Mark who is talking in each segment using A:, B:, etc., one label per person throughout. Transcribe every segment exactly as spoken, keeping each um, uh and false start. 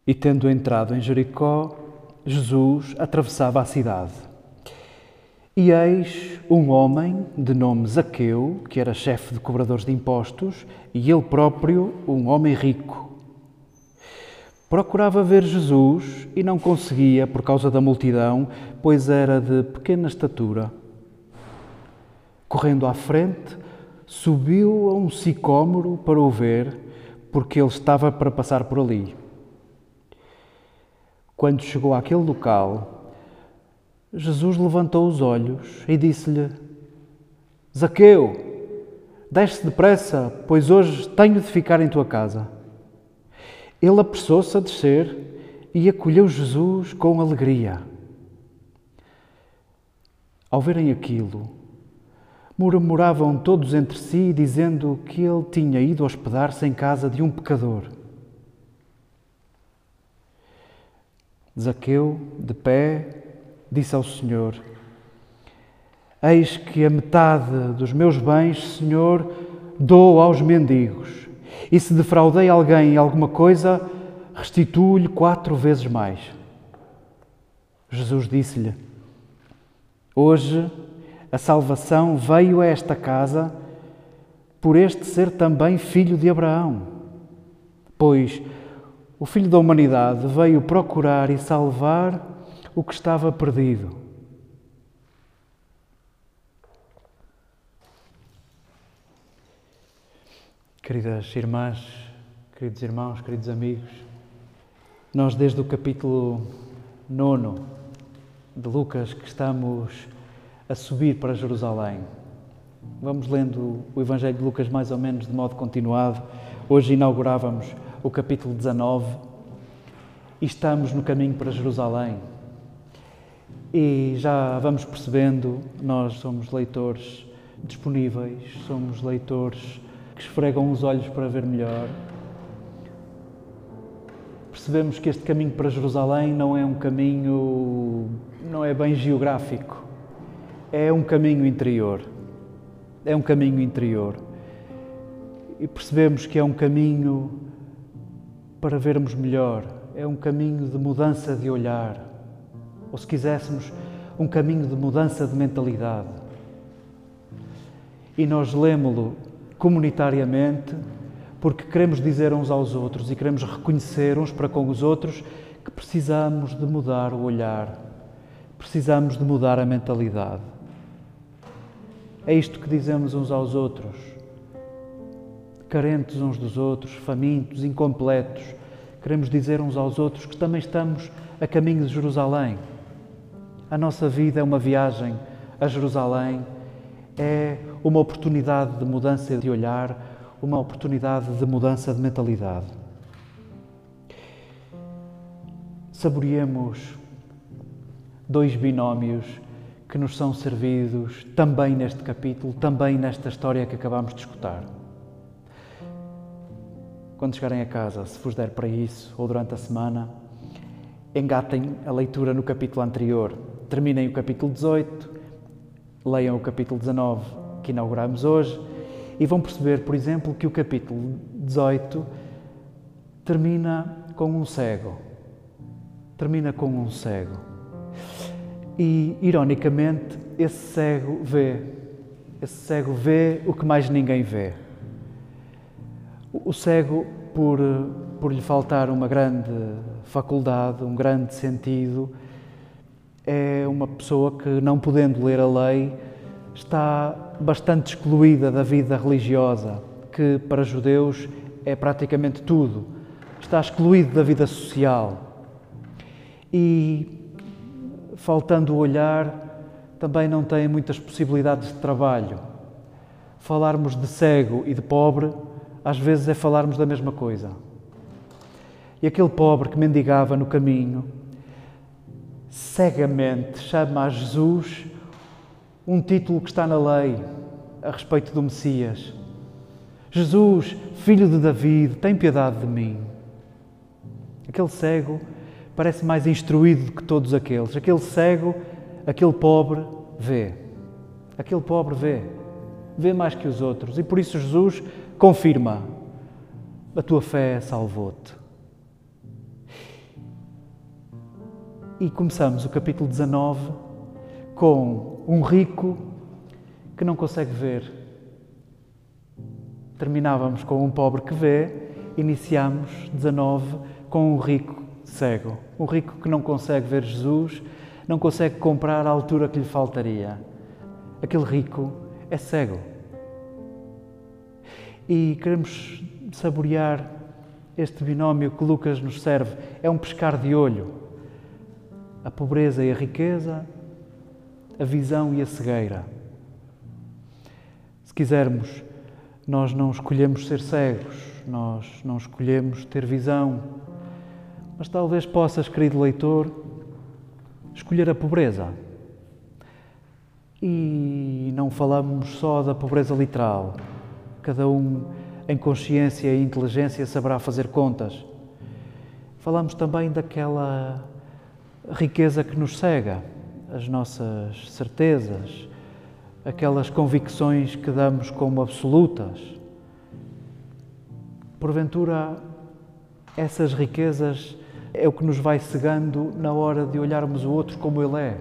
A: E tendo entrado em Jericó, Jesus atravessava a cidade. E eis um homem de nome Zaqueu, que era chefe de cobradores de impostos, e ele próprio um homem rico. Procurava ver Jesus e não conseguia por causa da multidão, pois era de pequena estatura. Correndo à frente, subiu a um sicômoro para o ver, porque ele estava para passar por ali. Quando chegou àquele local, Jesus levantou os olhos e disse-lhe: Zaqueu, desce depressa, pois hoje tenho de ficar em tua casa. Ele apressou-se a descer e acolheu Jesus com alegria. Ao verem aquilo, murmuravam todos entre si, dizendo que ele tinha ido hospedar-se em casa de um pecador. Zaqueu, de pé, disse ao Senhor: Eis que a metade dos meus bens, Senhor, dou aos mendigos, e se defraudei alguém em alguma coisa, restituo-lhe quatro vezes mais. Jesus disse-lhe: Hoje a salvação veio a esta casa, por este ser também filho de Abraão, pois o Filho da Humanidade veio procurar e salvar o que estava perdido. Queridas irmãs, queridos irmãos, queridos amigos, nós desde o capítulo nono de Lucas que estamos a subir para Jerusalém. Vamos lendo o Evangelho de Lucas mais ou menos de modo continuado. Hoje inaugurávamos o capítulo dezanove e estamos no caminho para Jerusalém. E já vamos percebendo, nós somos leitores disponíveis, somos leitores que esfregam os olhos para ver melhor. Percebemos que este caminho para Jerusalém não é um caminho, não é bem geográfico, é um caminho interior. É um caminho interior. E percebemos que é um caminho para vermos melhor, é um caminho de mudança de olhar, ou se quiséssemos, um caminho de mudança de mentalidade. E nós lemo-lo comunitariamente porque queremos dizer uns aos outros e queremos reconhecer uns para com os outros que precisamos de mudar o olhar, precisamos de mudar a mentalidade. É isto que dizemos uns aos outros, carentes uns dos outros, famintos, incompletos. Queremos dizer uns aos outros que também estamos a caminho de Jerusalém. A nossa vida é uma viagem a Jerusalém, é uma oportunidade de mudança de olhar, uma oportunidade de mudança de mentalidade. Saboreemos dois binómios que nos são servidos também neste capítulo, também nesta história que acabamos de escutar. Quando chegarem a casa, se vos der para isso, ou durante a semana, engatem a leitura no capítulo anterior. Terminem o capítulo dezoito, leiam o capítulo dezanove que inauguramos hoje e vão perceber, por exemplo, que o capítulo dezoito termina com um cego. Termina com um cego. E, ironicamente, esse cego vê. Esse cego vê o que mais ninguém vê. O cego, por, por lhe faltar uma grande faculdade, um grande sentido, é uma pessoa que, não podendo ler a lei, está bastante excluída da vida religiosa, que para judeus é praticamente tudo. Está excluído da vida social. E, faltando o olhar, também não tem muitas possibilidades de trabalho. Falarmos de cego e de pobre, às vezes é falarmos da mesma coisa. E aquele pobre que mendigava no caminho, cegamente chama a Jesus um título que está na lei a respeito do Messias. Jesus, filho de David, tem piedade de mim. Aquele cego parece mais instruído do que todos aqueles. Aquele cego, aquele pobre, vê. Aquele pobre vê. Vê mais que os outros. E por isso Jesus confirma: a tua fé salvou-te. E começamos o capítulo dezanove com um rico que não consegue ver. Terminávamos com um pobre que vê, iniciamos dezanove com um rico cego. Um rico que não consegue ver Jesus, não consegue comprar a altura que lhe faltaria. Aquele rico é cego. E queremos saborear este binómio que Lucas nos serve. É um pescar de olho. A pobreza e a riqueza, a visão e a cegueira. Se quisermos, nós não escolhemos ser cegos, nós não escolhemos ter visão, mas talvez possas, querido leitor, escolher a pobreza. E não falamos só da pobreza literal. Cada um, em consciência e inteligência, saberá fazer contas. Falamos também daquela riqueza que nos cega, as nossas certezas, aquelas convicções que damos como absolutas. Porventura, essas riquezas é o que nos vai cegando na hora de olharmos o outro como ele é.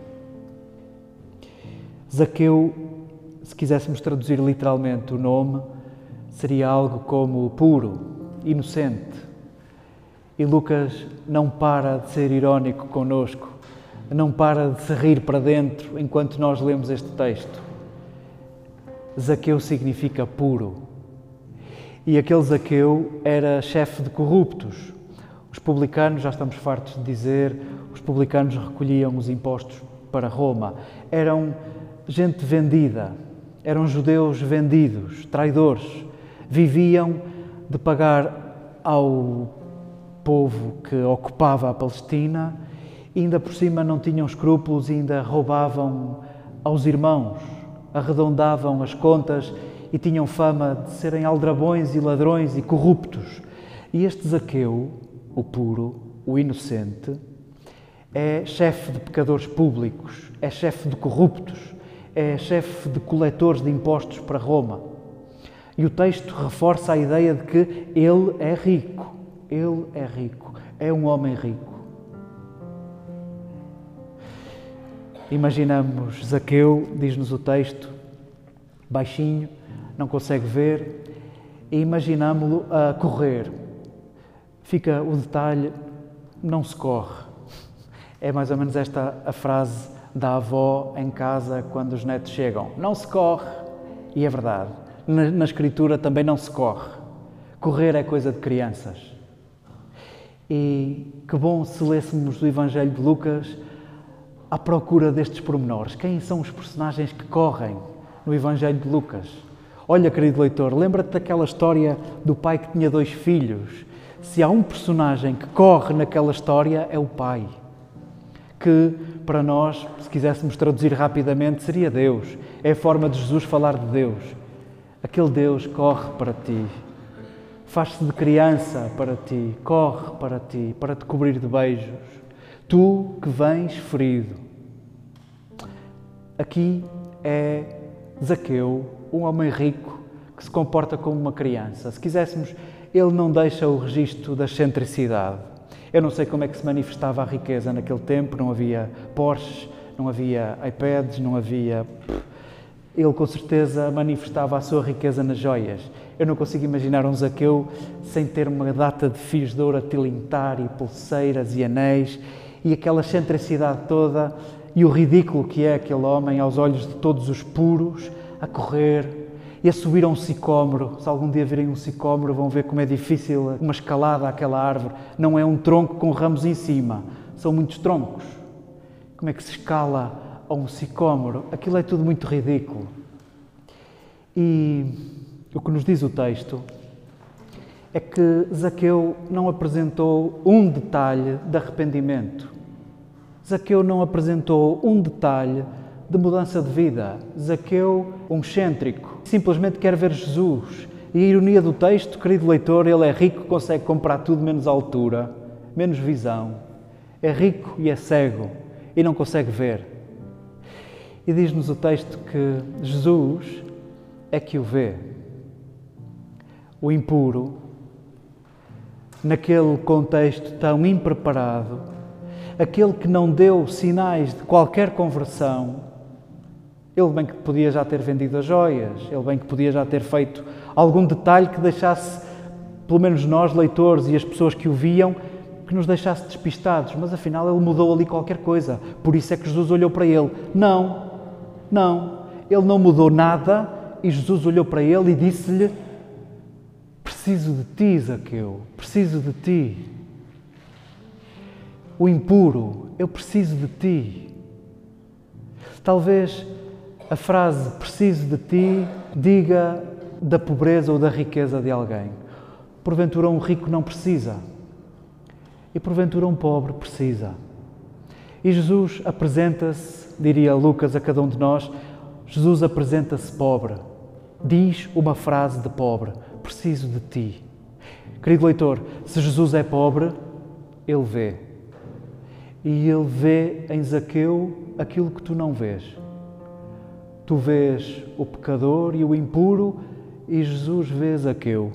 A: Zaqueu, se quiséssemos traduzir literalmente o nome, seria algo como puro, inocente. E Lucas não para de ser irónico connosco, não para de se rir para dentro enquanto nós lemos este texto. Zaqueu significa puro. E aquele Zaqueu era chefe de corruptos. Os publicanos, já estamos fartos de dizer, os publicanos recolhiam os impostos para Roma. Eram gente vendida, eram judeus vendidos, traidores. Viviam de pagar ao povo que ocupava a Palestina e ainda por cima não tinham escrúpulos e ainda roubavam aos irmãos, arredondavam as contas e tinham fama de serem aldrabões e ladrões e corruptos. E este Zaqueu, o puro, o inocente, é chefe de pecadores públicos, é chefe de corruptos, é chefe de coletores de impostos para Roma. E o texto reforça a ideia de que ele é rico. Ele é rico, é um homem rico. Imaginamos Zaqueu, diz-nos o texto, baixinho, não consegue ver, e imaginámo-lo a correr. Fica o detalhe, não se corre. É mais ou menos esta a frase da avó em casa quando os netos chegam. Não se corre. E é verdade. Na, na Escritura também não se corre. Correr é coisa de crianças. E que bom se lêssemos o Evangelho de Lucas à procura destes pormenores. Quem são os personagens que correm no Evangelho de Lucas? Olha, querido leitor, lembra-te daquela história do pai que tinha dois filhos. Se há um personagem que corre naquela história, é o pai. Que, para nós, se quiséssemos traduzir rapidamente, seria Deus. É a forma de Jesus falar de Deus. Aquele Deus corre para ti. Faz-se de criança para ti, corre para ti, para te cobrir de beijos. Tu que vens ferido. Aqui é Zaqueu, um homem rico que se comporta como uma criança. Se quiséssemos, ele não deixa o registro da excentricidade. Eu não sei como é que se manifestava a riqueza naquele tempo, não havia Porsches, não havia iPads, não havia... Ele com certeza manifestava a sua riqueza nas joias. Eu não consigo imaginar um Zaqueu sem ter uma data de fios de ouro a tilintar e pulseiras e anéis e aquela excentricidade toda e o ridículo que é aquele homem aos olhos de todos os puros a correr e a subir a um sicômoro. Se algum dia virem um sicômoro vão ver como é difícil uma escalada àquela árvore. Não é um tronco com ramos em cima, são muitos troncos. Como é que se escala a um sicômoro? Aquilo é tudo muito ridículo. E o que nos diz o texto é que Zaqueu não apresentou um detalhe de arrependimento. Zaqueu não apresentou um detalhe de mudança de vida. Zaqueu, um excêntrico, simplesmente quer ver Jesus. E a ironia do texto, querido leitor, ele é rico, consegue comprar tudo menos altura, menos visão. É rico e é cego e não consegue ver. E diz-nos o texto que Jesus é que o vê. O impuro, naquele contexto tão impreparado, aquele que não deu sinais de qualquer conversão. Ele bem que podia já ter vendido as joias, ele bem que podia já ter feito algum detalhe que deixasse, pelo menos nós, leitores e as pessoas que o viam, que nos deixasse despistados, mas afinal ele mudou ali qualquer coisa. Por isso é que Jesus olhou para ele. Não, não, ele não mudou nada e Jesus olhou para ele e disse-lhe: preciso de ti, Zaqueu, preciso de ti. O impuro, eu preciso de ti. Talvez a frase preciso de ti diga da pobreza ou da riqueza de alguém. Porventura um rico não precisa e porventura um pobre precisa. E Jesus apresenta-se, diria Lucas a cada um de nós, Jesus apresenta-se pobre. Diz uma frase de pobre: preciso de ti. Querido leitor, se Jesus é pobre, ele vê. E ele vê em Zaqueu aquilo que tu não vês. Tu vês o pecador e o impuro e Jesus vê Zaqueu.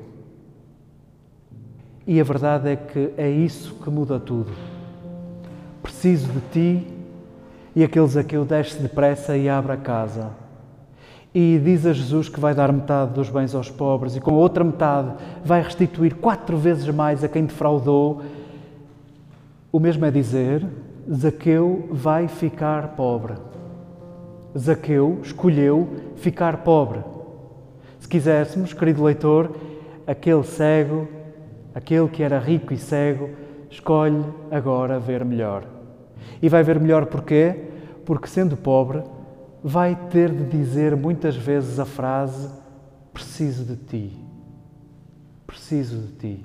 A: E a verdade é que é isso que muda tudo. Preciso de ti. E aquele Zaqueu desce depressa e abre a casa. E diz a Jesus que vai dar metade dos bens aos pobres e com a outra metade vai restituir quatro vezes mais a quem defraudou. O mesmo é dizer, Zaqueu vai ficar pobre. Zaqueu escolheu ficar pobre. Se quiséssemos, querido leitor, aquele cego, aquele que era rico e cego, escolhe agora ver melhor. E vai ver melhor porquê? Porque, sendo pobre, vai ter de dizer muitas vezes a frase: preciso de ti, preciso de ti.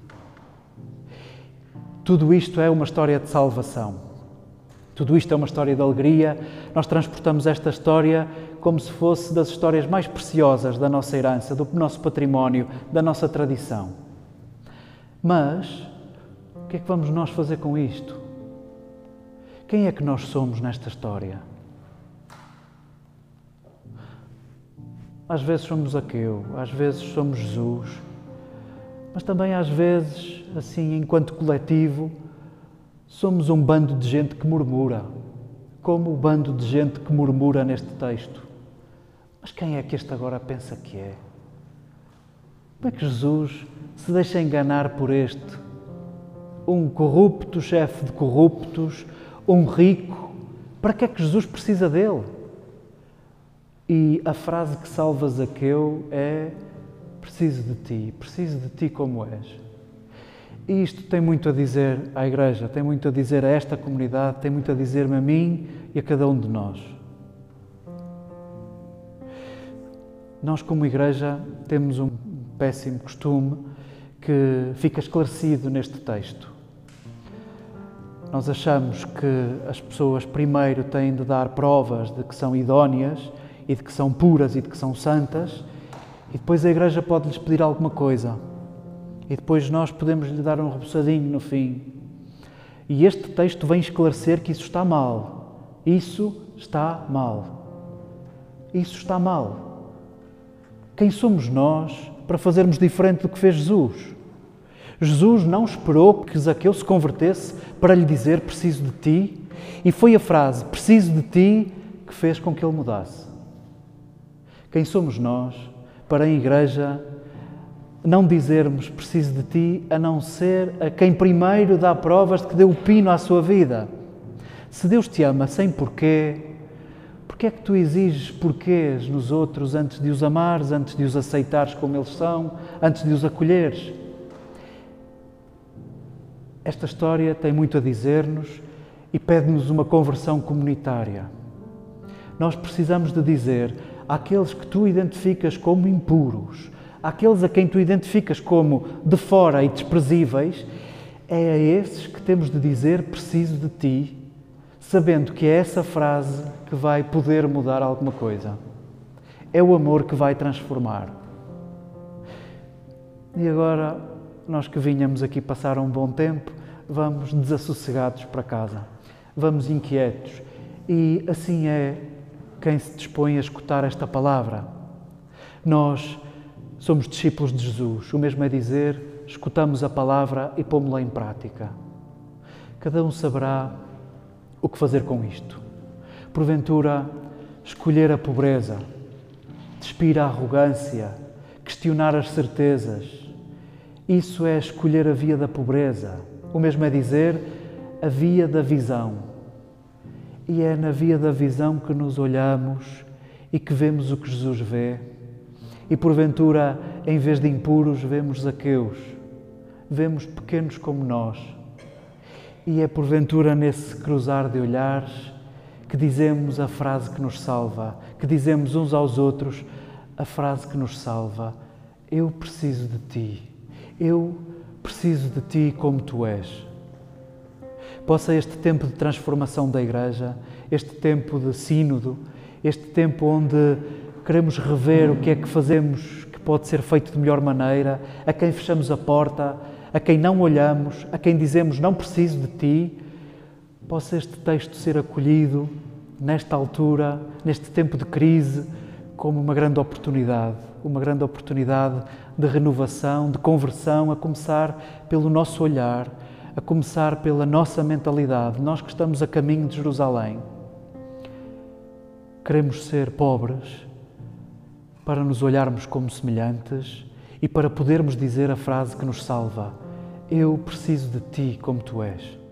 A: Tudo isto é uma história de salvação. Tudo isto é uma história de alegria. Nós transportamos esta história como se fosse das histórias mais preciosas da nossa herança, do nosso património, da nossa tradição. Mas, o que é que vamos nós fazer com isto? Quem é que nós somos nesta história? Às vezes somos Zaqueu, às vezes somos Jesus, mas também às vezes, assim, enquanto coletivo, somos um bando de gente que murmura, como o bando de gente que murmura neste texto. Mas quem é que este agora pensa que é? Como é que Jesus se deixa enganar por este? Um corrupto chefe de corruptos, um rico. Para que é que Jesus precisa dele? E a frase que salva Zaqueu é: preciso de ti, preciso de ti como és. E isto tem muito a dizer à Igreja, tem muito a dizer a esta comunidade, tem muito a dizer-me a mim e a cada um de nós. Nós, como Igreja, temos um péssimo costume que fica esclarecido neste texto. Nós achamos que as pessoas primeiro têm de dar provas de que são idóneas e de que são puras e de que são santas, e depois a Igreja pode-lhes pedir alguma coisa. E depois nós podemos lhe dar um reboçadinho no fim. E este texto vem esclarecer que isso está mal. Isso está mal. Isso está mal. Quem somos nós para fazermos diferente do que fez Jesus? Jesus não esperou que Zaqueu se convertesse para lhe dizer: preciso de ti. E foi a frase preciso de ti que fez com que ele mudasse. Quem somos nós para, em Igreja, não dizermos preciso de ti, a não ser a quem primeiro dá provas de que deu o pino à sua vida? Se Deus te ama sem porquê, porquê é que tu exiges porquês nos outros antes de os amares, antes de os aceitares como eles são, antes de os acolheres? Esta história tem muito a dizer-nos e pede-nos uma conversão comunitária. Nós precisamos de dizer àqueles que tu identificas como impuros, àqueles a quem tu identificas como de fora e desprezíveis, é a esses que temos de dizer preciso de ti, sabendo que é essa frase que vai poder mudar alguma coisa. É o amor que vai transformar. E agora, nós que vinhamos aqui passar um bom tempo, vamos desassossegados para casa, vamos inquietos, e assim é quem se dispõe a escutar esta palavra. Nós somos discípulos de Jesus, o mesmo é dizer, escutamos a palavra e pomos-la em prática. Cada um saberá O que fazer com isto? Porventura, escolher a pobreza, despir a arrogância, questionar as certezas. Isso é escolher a via da pobreza. O mesmo é dizer a via da visão. E é na via da visão que nos olhamos e que vemos o que Jesus vê. E porventura, em vez de impuros, vemos Zaqueus. Vemos pequenos como nós. E é porventura nesse cruzar de olhares que dizemos a frase que nos salva, que dizemos uns aos outros a frase que nos salva. Eu preciso de ti. Eu preciso de ti como tu és. Possa este tempo de transformação da Igreja, este tempo de sínodo, este tempo onde queremos rever o que é que fazemos que pode ser feito de melhor maneira, a quem fechamos a porta, a quem não olhamos, a quem dizemos não preciso de ti, possa este texto ser acolhido nesta altura, neste tempo de crise, como uma grande oportunidade, uma grande oportunidade de renovação, de conversão, a começar pelo nosso olhar, a começar pela nossa mentalidade, nós que estamos a caminho de Jerusalém. Queremos ser pobres para nos olharmos como semelhantes e para podermos dizer a frase que nos salva: eu preciso de ti como tu és.